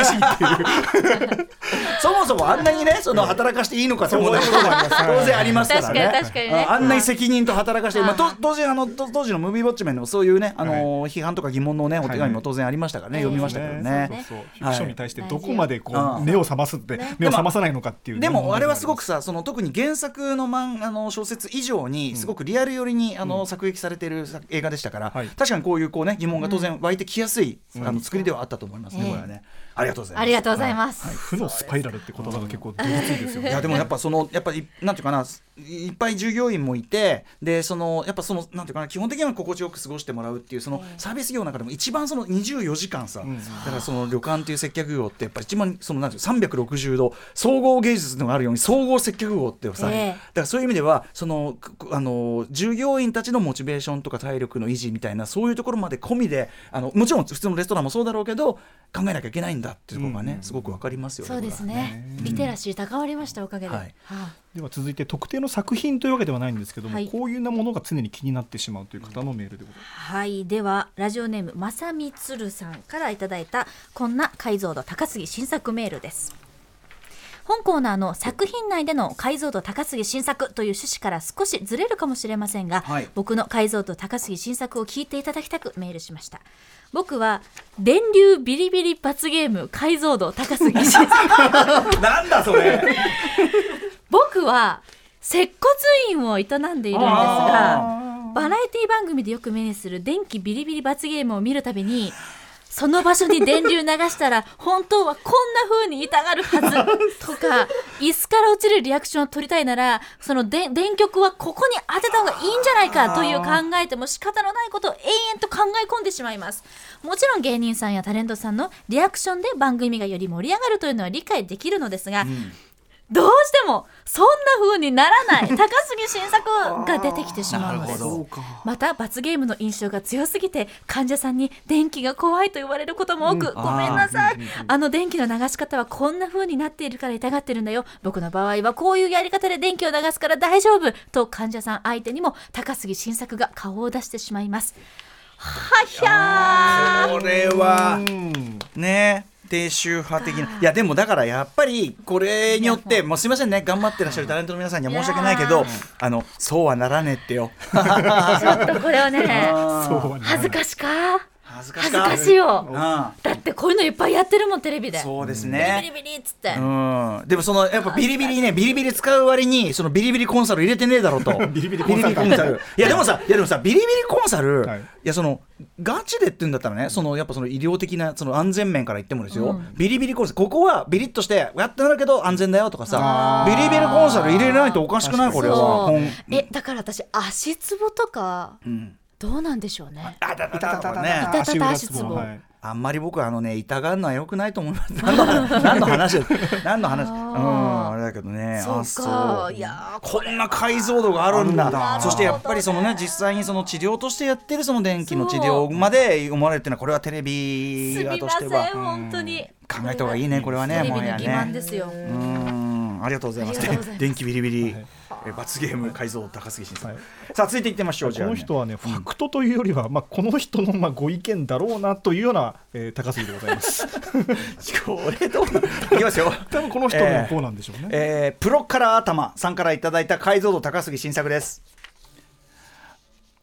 そもそもあんなにね働かしていいのかと思うことが当然ありますからね。
確かにね、
あんなに責任と働かして、当時のムービーウォッチメンでもそういうね批判とか疑問のねお手紙も当然ありましたからね、読みましたけどね。
そうフィクションに対してどこまでこう目を覚ますって目を覚まさないのかっていう。
でもあれはすごくさ、特に原作の小説以上にすごくリアル寄りに作劇されている映画でしたから、確かにこういう疑問が当然湧いてきやすい作りではあったと思いますね。これはね、ありがとうございます。
ありがとうございます。
負のスパイラルって言葉が結構どぎついですよね。
いやでもやっぱりなんていうかな、いっぱい従業員もいて、でやっぱなんていうかな、基本的には心地よく過ごしてもらうっていうサービス業の中でも一番24時間さ、だから旅館っていう接客業ってやっぱり一番なんていう360度総合芸術のがあるように総合接客業ってさ、だからそういう意味では従業員たちのモチベーションとか体力の維持みたいなそういうところまで込みでもちろん普通のレストランもそうだろうけど考えなきゃいけないんだっていうところがね、すごくわかりますよね。
そうですね、リテラシー高まりましたおかげで、
では続いて特定の作品というわけではないんですけども、こういうものが常に気になってしまうという方のメールでございます。
はい、ではラジオネームまさみつるさんからいただいたこんな解像度高すぎ新作メールです。本コーナーの作品内での解像度高すぎ新作という趣旨から少しずれるかもしれませんが、僕の解像度高すぎ新作を聞いていただきたくメールしました。僕は電流ビリビリ罰ゲーム解像度高すぎ新作
なんだそれ
僕は接骨院を営んでいるんですが、バラエティ番組でよく目にする電気ビリビリ罰ゲームを見るたびに、その場所に電流流したら本当はこんな風に痛がるはずとか、椅子から落ちるリアクションを取りたいならその電極はここに当てた方がいいんじゃないかという考えても仕方のないことを延々と考え込んでしまいます。もちろん芸人さんやタレントさんのリアクションで番組がより盛り上がるというのは理解できるのですが、どうしてもそんな風にならない高すぎ新作が出てきてしまうのです。また罰ゲームの印象が強すぎて患者さんに電気が怖いと言われることも多く、ごめんなさい、電気の流し方はこんな風になっているから痛がってるんだよ、僕の場合はこういうやり方で電気を流すから大丈夫と患者さん相手にも高すぎ新作が顔を出してしまいます。はひゃー、
これはね低周波的な。いやでもだからやっぱりこれによってもうすいませんね、頑張ってらっしゃるタレントの皆さんには申し訳ないけど、そうはならねえってよ
ちょっとこれはね恥ずかしいよ、だってこういうのいっぱいやってるもんテレビで。
そうですね、
ビリビリっつって、
でもやっぱビリビリね、ビリビリ使う割にビリビリコンサル入れてねえだろうと
ビリビリコンサル
いやでもさビリビリコンサル、いやガチでって言うんだったらね、やっぱ医療的な安全面から言ってもですよ、ビリビリコンサルここはビリッとしてやってなるけど安全だよとかさ、ビリビリコンサル入れないとおかしくないこれは。
だから私足つぼとか、どうなんでしょうね。
いたた
足つぼ、
あんまり僕は痛がるのは良くないと思います。何の話あれだけどね。
そうか、い
やこんな解像度があるんだ。そしてやっぱり実際に治療としてやってる電気の治療まで思われるっていうのは、これはテレビ側としては
すみません本当に
考えた方がいいねこれはね。
テレビの欺瞞ですよ。
ありがとうございます。電気ビリビリ罰ゲーム解像度高すぎ新作。さあ続いていってみましょう。
この人はねファクトというよりはこの人のご意見だろうなというような高すぎでございます。
これどういきますよ。
多分この人もこうなんでしょうね。
プロカラー頭さんからいただいた解像度高すぎ新作です。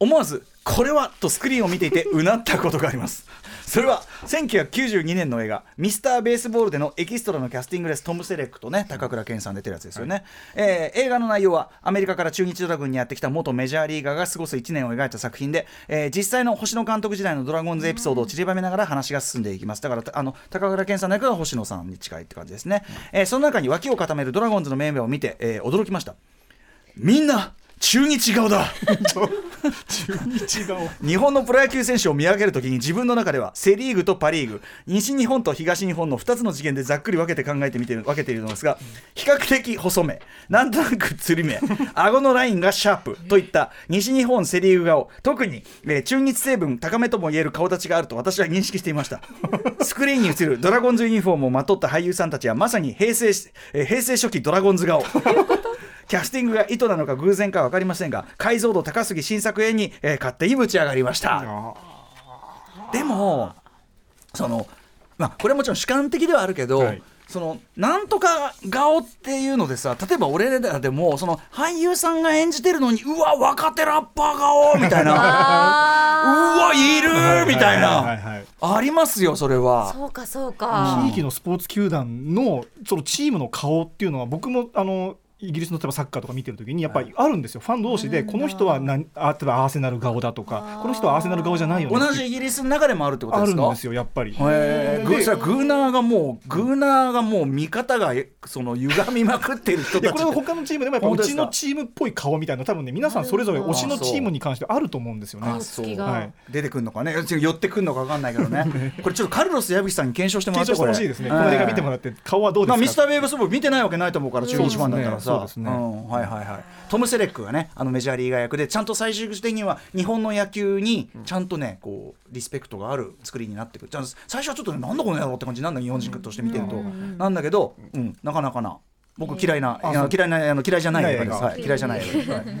思わずこれはとスクリーンを見ていてうなったことがあります。それは1992年の映画ミスターベースボールでのエキストラのキャスティングです。トム・セレックとね高倉健さん出てるやつですよね、映画の内容はアメリカから中日ドラゴンにやってきた元メジャーリーガーが過ごす1年を描いた作品で、実際の星野監督時代のドラゴンズエピソードを散りばめながら話が進んでいきます。だから高倉健さんの役が星野さんに近いって感じですね、その中に脇を固めるドラゴンズのメンバーを見て、驚きました。みんな中日顔だ
中日顔。
日本のプロ野球選手を見分けるときに自分の中ではセリーグとパリーグ、西日本と東日本の2つの次元でざっくり分けて考えて分けているのですが、比較的細め、なんとなくつり目、顎のラインがシャープといった西日本セリーグ顔、特に、中日成分高めとも言える顔立ちがあると私は認識していました。スクリーンに映るドラゴンズユニフォームをまとった俳優さんたちはまさに平成初期ドラゴンズ顔。キャスティングが意図なのか偶然か分かりませんが、解像度高すぎ新作絵に、勝手にぶち上がりました。でもこれはもちろん主観的ではあるけど、はい、なんとか顔っていうのでさ、例えば俺らでも俳優さんが演じてるのにうわ若手ラッパー顔みたいなうわいるみたいな、ありますよ。それは
そうかそうか。
地域のスポーツ球団のチームの顔っていうのは僕もイギリスの例えばサッカーとか見てるときにやっぱりあるんですよ。ファン同士でこの人は例えばアーセナル顔だとか、この人はアーセナル顔じゃないよね。
同じイギリスの中でもあるってことですか？
あるんですよやっぱり。
グーナーがもう見方が歪みまくってる人たち。
これは他のチームでもやっぱうちのチームっぽい顔みたいな多分ね皆さんそれぞれ推しのチームに関してあると思うんですよね。
出てくるのかね、寄ってくるのか分かんないけどね。これちょっとカルロス矢吹さんに検証してもらって
ほしいですね。この映画見てもらって顔はどうですか？
ミスターベーブスボール見てないわけないと思うから、中日ファンだったらさ。
そうですね。
トム・セレックがねメジャーリーガー役でちゃんと最終的には日本の野球にちゃんとねリスペクトがある作りになってくる。最初はちょっとねなんだこの野郎って感じなんだ日本人として見てると、なんだけど、なかなかな僕嫌いじゃない映画です。嫌いじゃない映画です。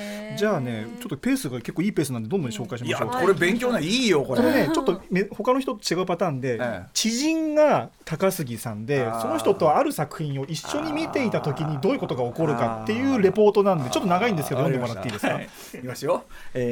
じゃあねちょっとペースが結構いいペースなんでどんどん紹介しましょう。
いやこれ勉強ないいよこれ
ね。ちょっと他の人と違うパターンで、知人が高杉さんでその人とある作品を一緒に見ていた時にどういうことが起こるかっていうレポートなんでちょっと長いんですけど読んでもらっていいですか？
いきますよ。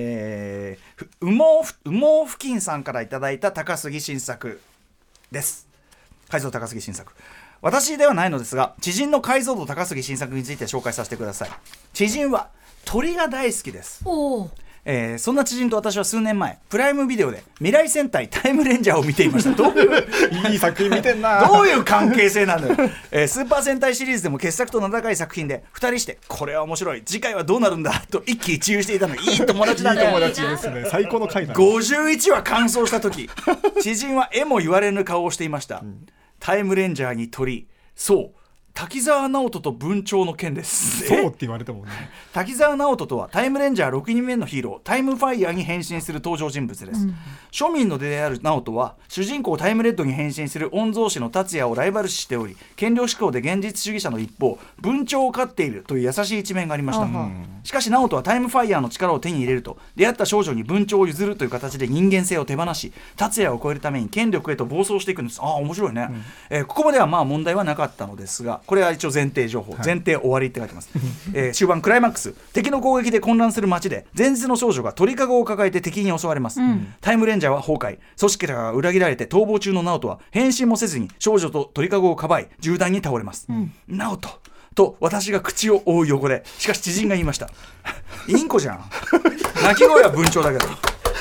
羽毛付近さんからいただいた高杉新作です。改造高杉新作。私ではないのですが知人の解像度高杉新作について紹介させてください。知人は鳥が大好きです。そんな知人と私は数年前プライムビデオで未来戦隊タイムレンジャーを見ていました。どういう
いい作品見てんな。
どういう関係性なのよ。スーパー戦隊シリーズでも傑作と名高い作品で2人してこれは面白い次回はどうなるんだと一喜一憂していたの。いい友達だね。
いい友達ですね。最高の回だね。
51話完走した時知人は絵も言われぬ顔をしていました、タイムレンジャーに鳥、そう滝沢直人と文鳥の件です。
そうって言われたもんね。
滝沢直人とはタイムレンジャー6人目のヒーロータイムファイヤーに変身する登場人物です、庶民の出である直人は主人公タイムレッドに変身する御曹司の達也をライバル視しており権力志向で現実主義者の一方文鳥を飼っているという優しい一面がありました、しかし直人はタイムファイヤーの力を手に入れると出会った少女に文鳥を譲るという形で人間性を手放し達也を超えるために権力へと暴走していくんです。面白いね、ここまではまあ問題はなかったのですがこれは一応前提情報、前提終わりって書いてます、終盤クライマックス敵の攻撃で混乱する街で前日の少女が鳥かごを抱えて敵に襲われます、タイムレンジャーは崩壊、組織らが裏切られて逃亡中の直人は変身もせずに少女と鳥かごをかばい銃弾に倒れます、直人と私が口を覆う汚れ。しかし知人が言いました。インコじゃん。鳴き声は文鳥だけど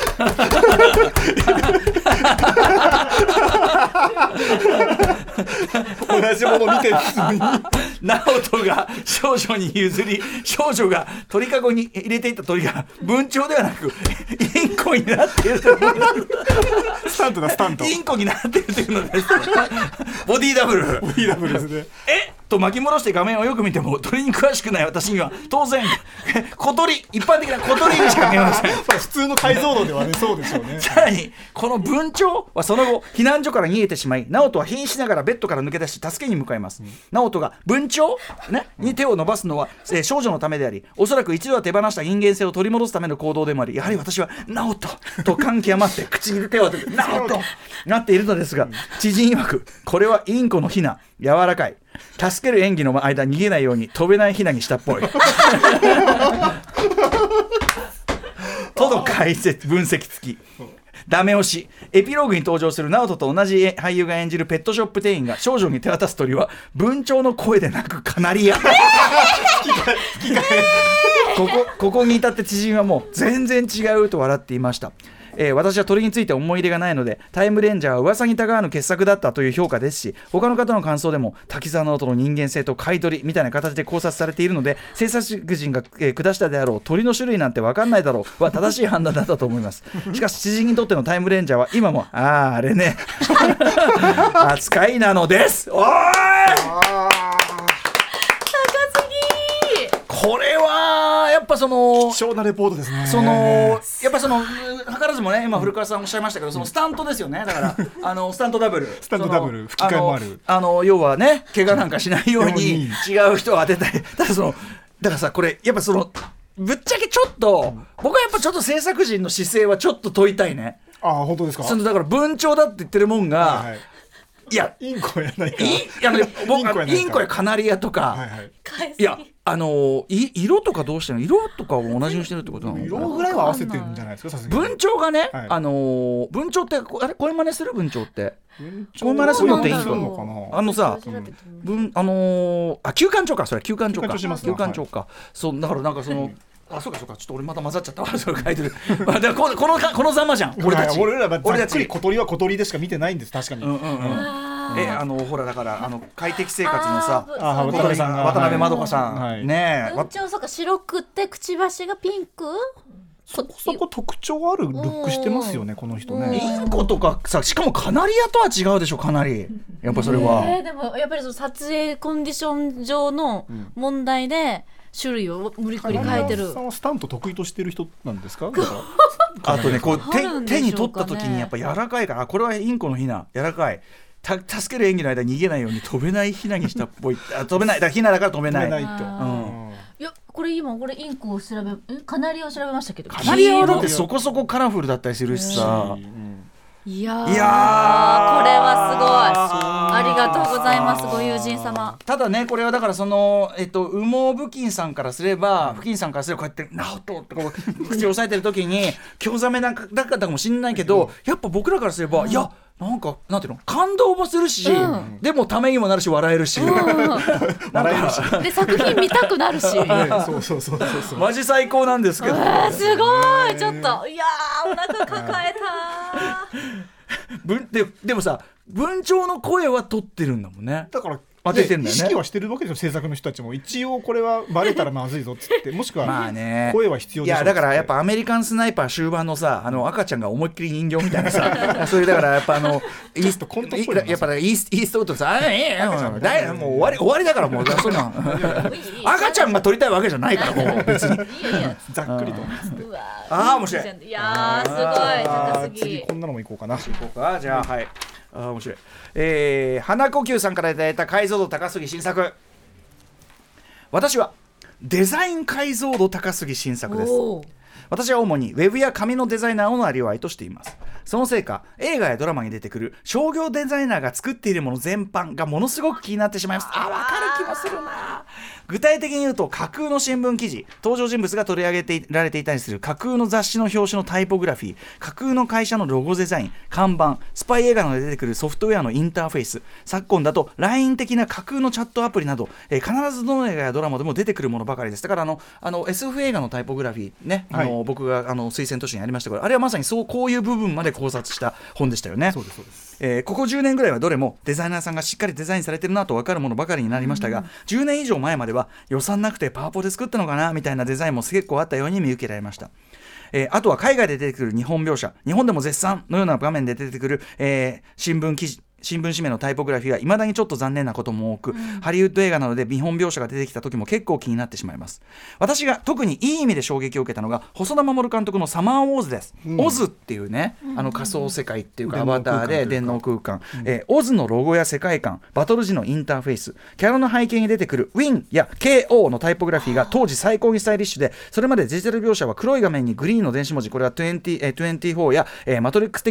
同じもの見てるのに
直人が少女に譲り少女が鳥かごに入れていた鳥が文鳥ではなくインコになっているという
スタントだスタント
インコになっているというのですボディーダブル
ですね。
と巻き戻して画面をよく見ても鳥に詳しくない私には当然小鳥一般的な小鳥にしか見えません
普通の解像度ではねそうでしょうね。
さらにこの文鳥はその後避難所から逃げてしまい直人は瀕死ながらベッドから抜け出し助けに向かいます、直人が文鳥、に手を伸ばすのは、少女のためでありおそらく一度は手放した人間性を取り戻すための行動でもありやはり私は直人と感極まって口に手を当てて直人なっているのですが知人曰くこれはインコのヒナ柔らかい助ける演技の間逃げないように飛べないヒナにしたっぽいとの解説分析付き。ダメ押し。エピローグに登場するナオトと同じ俳優が演じるペットショップ店員が少女に手渡す鳥は文鳥の声でなくカナリア。ここに至って知人はもう全然違うと笑っていました。私は鳥について思い入れがないのでタイムレンジャーは噂にたがわぬ傑作だったという評価ですし、他の方の感想でも滝沢直人の人間性と買い取りみたいな形で考察されているので、制作陣が、下したであろう鳥の種類なんて分かんないだろうは正しい判断だったと思います。しかし知人にとってのタイムレンジャーは今もあれね扱いなのです。おーいこれはやっぱその
貴重なレポートですね。
やっぱ図らずもね今古川さんおっしゃいましたけど、そのスタントですよね。だからスタントダブル
吹き替えもある。
要はね怪我なんかしないように違う人を当てたり。だからさこれやっぱぶっちゃけちょっと僕はやっぱちょっと制作陣の姿勢はちょっと問いたいね。
本当ですか。
だから文鳥だって言ってるもんが、いや
インコやないか。
インコやカナリアとか、いや色とかどうしてるの？色とかを同じにしてるってことなの？
色ぐらいは合わせてるんじゃないですか。さすがに
文鳥がね、文鳥ってあれこういう真似する文鳥ってこういう真似するのっていいのかな。さ休館長か、それ休館長か、休館長か。そうだからなんかそうかちょっと俺また混ざっちゃったわ。それ書いてるこのざまじゃん俺たち。
俺らざっくり小鳥は小鳥でしか見てないんです。確かに。
ほらだから快適生活のさ
渡辺まどかさん
ね。
文鳥そうか白くってくちばしがピンク。
そこ特徴あるルックしてますよねこの人ね。
インコとかさ、しかもカナリアとは違うでしょかなり。やっぱそれは。
でもやっぱり撮影コンディション上の問題で。種類を無理くり変えてる。
さんはスタント得意としてる人なんですか？
あとねこう手に取った時にやっぱ柔らかいから、これはインコのヒナ柔らかい。助ける演技の間逃げないように飛べないヒナにしたっぽい。飛べないだからヒナだから飛べない。
いやこれインコを調べカナリアを調べましたけど、
カナリアはだってそこそこカラフルだったりするしさ。
いやこれはすごい。ありがとうございますご友人様。
ただねこれはだから羽毛布巾さんからすればこうやってナオトってこう口を押さえてる時に興ざめだったかもしれないけど、やっぱ僕らからすればいやなんていうの感動もするし、でもためにもなるし笑えるし、
笑えるし
で作品見たくなるし
そう
マジ最高なんですけど、
すごいちょっといやお腹抱えた
でもさ文鳥の声は取ってるんだもんね。
だから
当ててんだよね。
意識はしてるわけですよ制作の人たちも。一応これはバレたらまずいぞっつってもしくは声は必要でしょ。
いやだからやっぱアメリカンスナイパー終盤のさ赤ちゃんが思いっきり人形みたいなさそういうだからやっぱイーストコントっぽいやっぱイーストウッドさもう終わりだからもうそんな赤ちゃんが撮りたいわけじゃないからもう別に
ざっくりと
面白い。
いやすごい高すぎ。
次こんなのもいこうかな。
じゃあはい面白い。花呼吸さんからいただいた解像度高すぎ新作。私はデザイン解像度高すぎ新作です。私は主にウェブや紙のデザイナーをなりわいとしています。そのせいか映画やドラマに出てくる商業デザイナーが作っているもの全般がものすごく気になってしまいます。分かる気もするな。具体的に言うと架空の新聞記事、登場人物が取り上げてられていたりする架空の雑誌の表紙のタイポグラフィー、架空の会社のロゴデザイン、看板、スパイ映画などで出てくるソフトウェアのインターフェース、昨今だと LINE 的な架空のチャットアプリなど、必ずどの映画やドラマでも出てくるものばかりです。だからSF 映画のタイポグラフィーね、僕が推薦図書にありましたけど、あれはまさにこういう部分まで考察した本でしたよね。
そうですそうです。
ここ10年ぐらいはどれもデザイナーさんがしっかりデザインされてるなと分かるものばかりになりましたが、10年以上前までは予算なくてパワポで作ったのかなみたいなデザインも結構あったように見受けられました。あとは海外で出てくる日本描写、日本でも絶賛のような場面で出てくる、新聞記事、新聞紙面のタイポグラフィーが未だにちょっと残念なことも多く、ハリウッド映画などで日本描写が出てきた時も結構気になってしまいます。私が特にいい意味で衝撃を受けたのが細田守監督のサマーウォーズです。オズっていうね、仮想世界っていうかアバターで電脳空間、オズのロゴや世界観、バトル時のインターフェース、キャラの背景に出てくるウィンや KO のタイポグラフィーが当時最高にスタイリッシュで、それまでデジタル描写は黒い画面にグリーンの電子文字、これは24や、マトリックス的な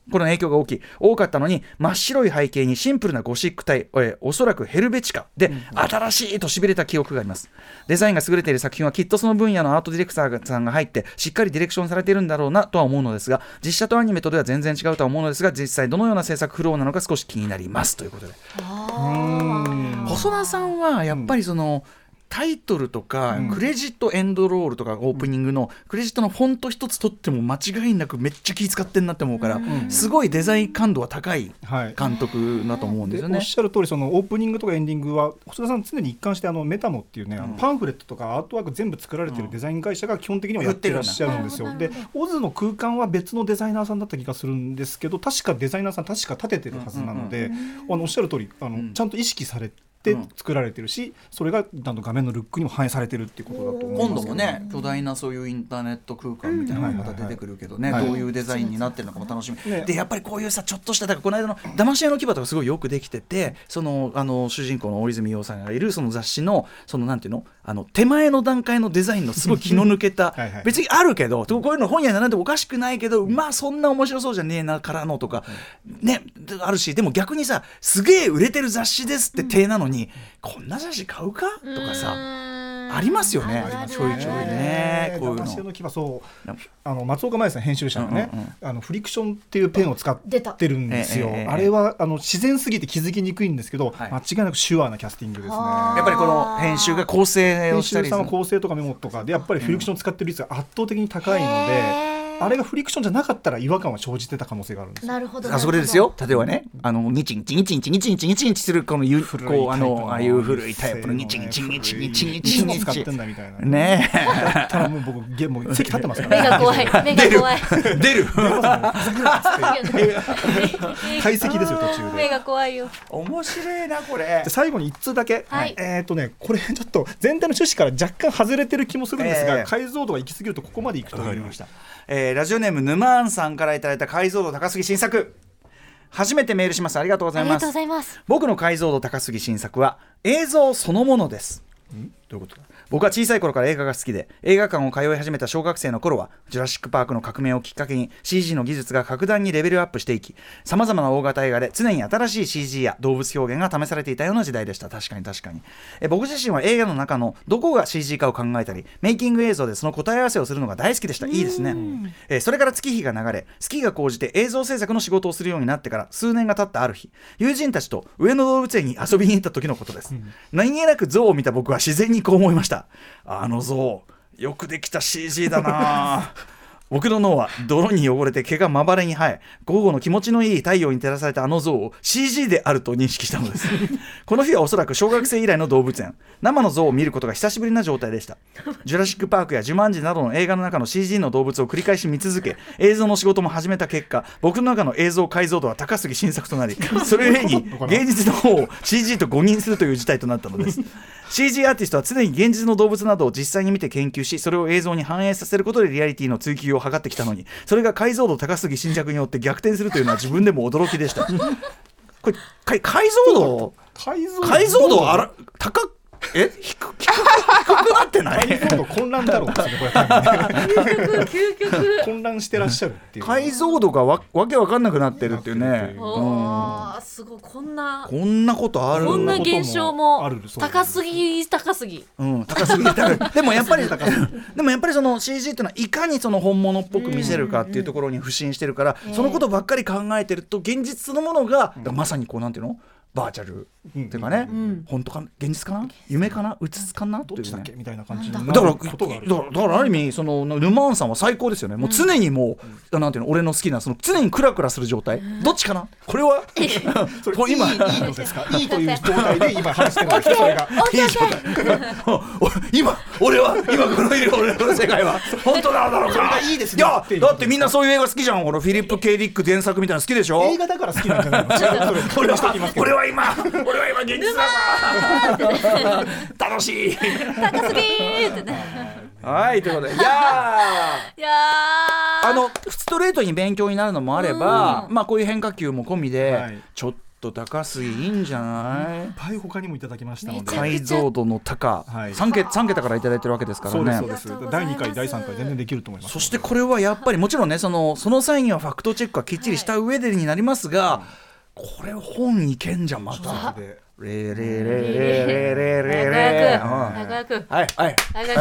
この影響が多かったのに、真っ白い背景にシンプルなゴシック体、おそらくヘルベチカで、新しいとしびれた記憶があります。デザインが優れている作品はきっとその分野のアートディレクターさんが入ってしっかりディレクションされているんだろうなとは思うのですが、実写とアニメとでは全然違うとは思うのですが、実際どのような制作フローなのか少し気になりますということで、細田さんはやっぱりその、タイトルとか、クレジットエンドロールとかオープニングのクレジットのフォント一つ取っても間違いなくめっちゃ気使ってんなって思うから、すごいデザイン感度は高い監督だと思うんですよね。
おっしゃる通り、そのオープニングとかエンディングは細田さん常に一貫してメタモっていうね、パンフレットとかアートワーク全部作られてるデザイン会社が基本的にはやってらっしゃるんですよ。でオズの空間は別のデザイナーさんだった気がするんですけど、確かデザイナーさん立ててるはずなので、おっしゃる通りちゃんと意識されてで作られてるし、それが画面のルックにも反映されてるっていうことだと思います。
今度もね、巨大なそういうインターネット空間みたいなのがまた出てくるけどね、どういうデザインになってるのかも楽しみ、でやっぱりこういうさ、ちょっとしただからこの間の騙し屋の牙とかすごいよくできてて、その主人公の大泉洋さんがいるその雑誌のそのなんていうの、手前の段階のデザインのすごい気の抜けた別にあるけど、こういうの本屋に並んでもおかしくないけど、まあそんな面白そうじゃねえなからのとかねあるし、でも逆にさ、すげえ売れてる雑誌ですって体なのに、こんな雑誌買うかとかさ、ありますよね、ちょいちょいね。こういうの
騙し屋の牙、そう松岡茉優さん編集者がね、フリクションっていうペンを使ってるんですよ。あれは自然すぎて気づきにくいんですけど、間違いなくシュアなキャスティングですね。
やっぱりこの編集が構成をしたり、
編集さんは構成とかメモとかでやっぱりフリクションを使ってる率が圧倒的に高いので、あれがフリクションじゃなかったら違和感は生じてた可能性があるんです。
なるほど。
あそこでですよ、例えばね、ニチニチニチニチニチニチニチニチするこのああいう古いタイプのニチニチニチニチニチニ
使ってんだみたいな
ねえ。
ただもう僕もう席立ってますからね。
目が怖い、目が怖い。
出る
退席ですよ途中で。
目が怖いよ。
面白いなこれ。
最後に1通だけ、これちょっと全体の趣旨から若干外れてる気もするんですが、解像度が行き過ぎるとここまでいくと思いました。
ラジオネームヌマーンさんからいただいた解像度高すぎ新作、初めてメールします。ありがとうございます。
ありがとうございます。
僕の解像度高すぎ新作は映像そのものです。どういうことだ。僕は小さい頃から映画が好きで、映画館を通い始めた小学生の頃はジュラシックパークの革命をきっかけに CG の技術が格段にレベルアップしていき、さまざまな大型映画で常に新しい CG や動物表現が試されていたような時代でした。確かに僕自身は映画の中のどこが CG かを考えたり、メイキング映像でその答え合わせをするのが大好きでした。いいですね。それから月日が流れ、好きが高じて映像制作の仕事をするようになってから数年が経ったある日、友人たちと上野動物園に遊びに行った時のことです。何気なく象を見た僕は自然にこう思いました。あの象よくできた CG だな僕の脳は泥に汚れて毛がまばらに生え、午後の気持ちのいい太陽に照らされたあの象を CG であると認識したのですこの日はおそらく小学生以来の動物園、生の象を見ることが久しぶりな状態でした。ジュラシックパークやジュマンジなどの映画の中の CG の動物を繰り返し見続け、映像の仕事も始めた結果、僕の中の映像解像度は高すぎ新作となり、それゆえに芸術の方を CG と誤認するという事態となったのですCG アーティストは常に現実の動物などを実際に見て研究し、それを映像に反映させることでリアリティの追求を図ってきたのに、それが解像度高すぎ新作によって逆転するというのは自分でも驚きでしたこれ解像度高低くなってない
解像度混乱だろうですねこれ究極混乱してらっしゃるっていう、
解像度がわけわかんなくなってるっていうね。
すごい、こんな
ことある。
こんな現象も高すぎ高すぎ、
高すぎでもやっぱりその CG っていうのはいかにその本物っぽく見せるかっていうところに不信してるから、そのことばっかり考えてると現実そのものが、まさにこうなんていうのバーチャルっていうかね、本当か現実かな夢かなうつつかな
どっちだっけみたいな感じに
だからある意味そのルマーンさんは最高ですよね。もう常にもうなんていうの、俺の好きなその常にクラクラする状態、どっちかなこれは
これ今いいのですかいいという状態で今話してるんですけど、それが
俺は今このいる俺の世界は本当なのかな。
いいですね。
いやだってみんなそういう映画好きじゃん。このフィリップ・K・ディック原作みたいなの好きでしょ。
映画だから好きなんじゃないの
俺は今現実だ楽しい
高すぎーってね
はいということで、いやストレートに勉強になるのもあれば、こういう変化球も込みで、ちょっと高杉いいんじゃない。
いっぱい他にもいただきましたので、
解像度の高、はい、3桁からいただいてるわけですからね。
そうです第2回第3回全然できると思います。
そしてこれはやっぱりもちろんねその際にはファクトチェックはきっちりした上でになりますが、これ本いけんじゃんまた。レレレレレレレ
長く
はいはい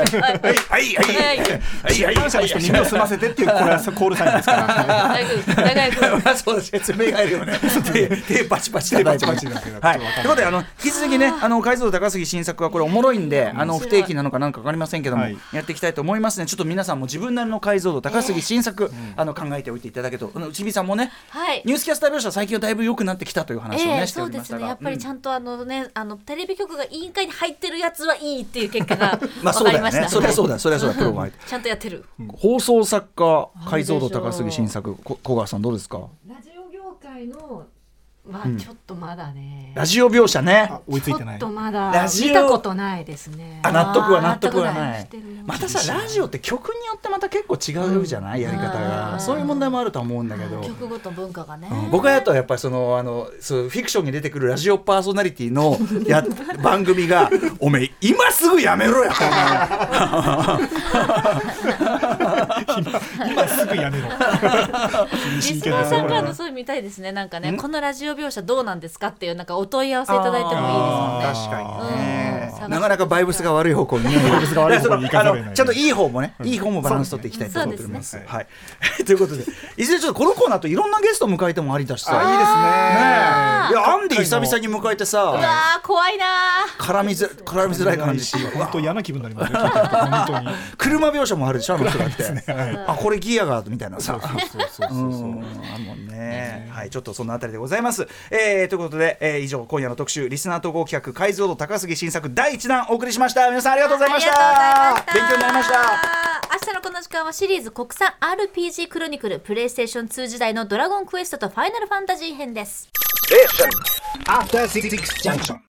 出版社として耳を澄ませてっていうこれはコールサインですから
長くそう説明がいるよね。手パチパチ叩いてます。はいということで引き続きね解像度高杉新作はこれおもろいんで不定期なのかなんか分かりませんけどもやっていきたいと思いますね。ちょっと皆さんも自分なりの解像度高杉新作考えておいていただけと。ちびさんもねニュースキャスター描写最近はだいぶ良くなってきたという話をねしておりましたが、
やっぱりちゃんとテレビ局が委員会に入ってるやつはいいっていう結果が分かりました。
そりゃそうだプロが入って
ちゃんとやってる。
放送作家解像度高杉新作小川さんどうですか。
ラジオ業界のはちょっとまだね、
ラジオ描写ね
追いついてない。
ちょっとまだ見たことないですね。
納得はない。またさラジオって曲によってまた結構違うじゃない、やり方が。そういう問題もあると思うんだけど、
曲ごと文化がね、
僕はやっぱりそうフィクションに出てくるラジオパーソナリティの番組がおめえ今すぐやめろや
今すぐやめろ。
リスナーさんからのそういうみたいですね。なんかねこのラジオ描写どうなんですかっていうなんかお問い合わせいただいてもいいですもんね。
確かにね、なかなかバイブスが悪い方向にねちゃんといい方もね、いい方もバランス取っていきたいと思っております。はいということでいずれちょっとこのコーナーといろんなゲストを迎えてもありだしさ。
いいですね。
いやアンディ久々に迎えてさ、
うわ怖いな
絡みづらい感じ。
本当嫌な気分になりますね。本当に
車描写もあるでしょあの人だって。あこれギアがみたいなさ。あもんね。はいちょっとそのあたりでございます。ということで以上今夜の特集リスナー統合企画解像度高杉新作第1弾お送りしました。皆さんありがとうございました。勉強になりました。
明日のこの時間はシリーズ国産 RPG クロニクルプレイステーション2時代のドラゴンクエストとファイナルファンタジー編です。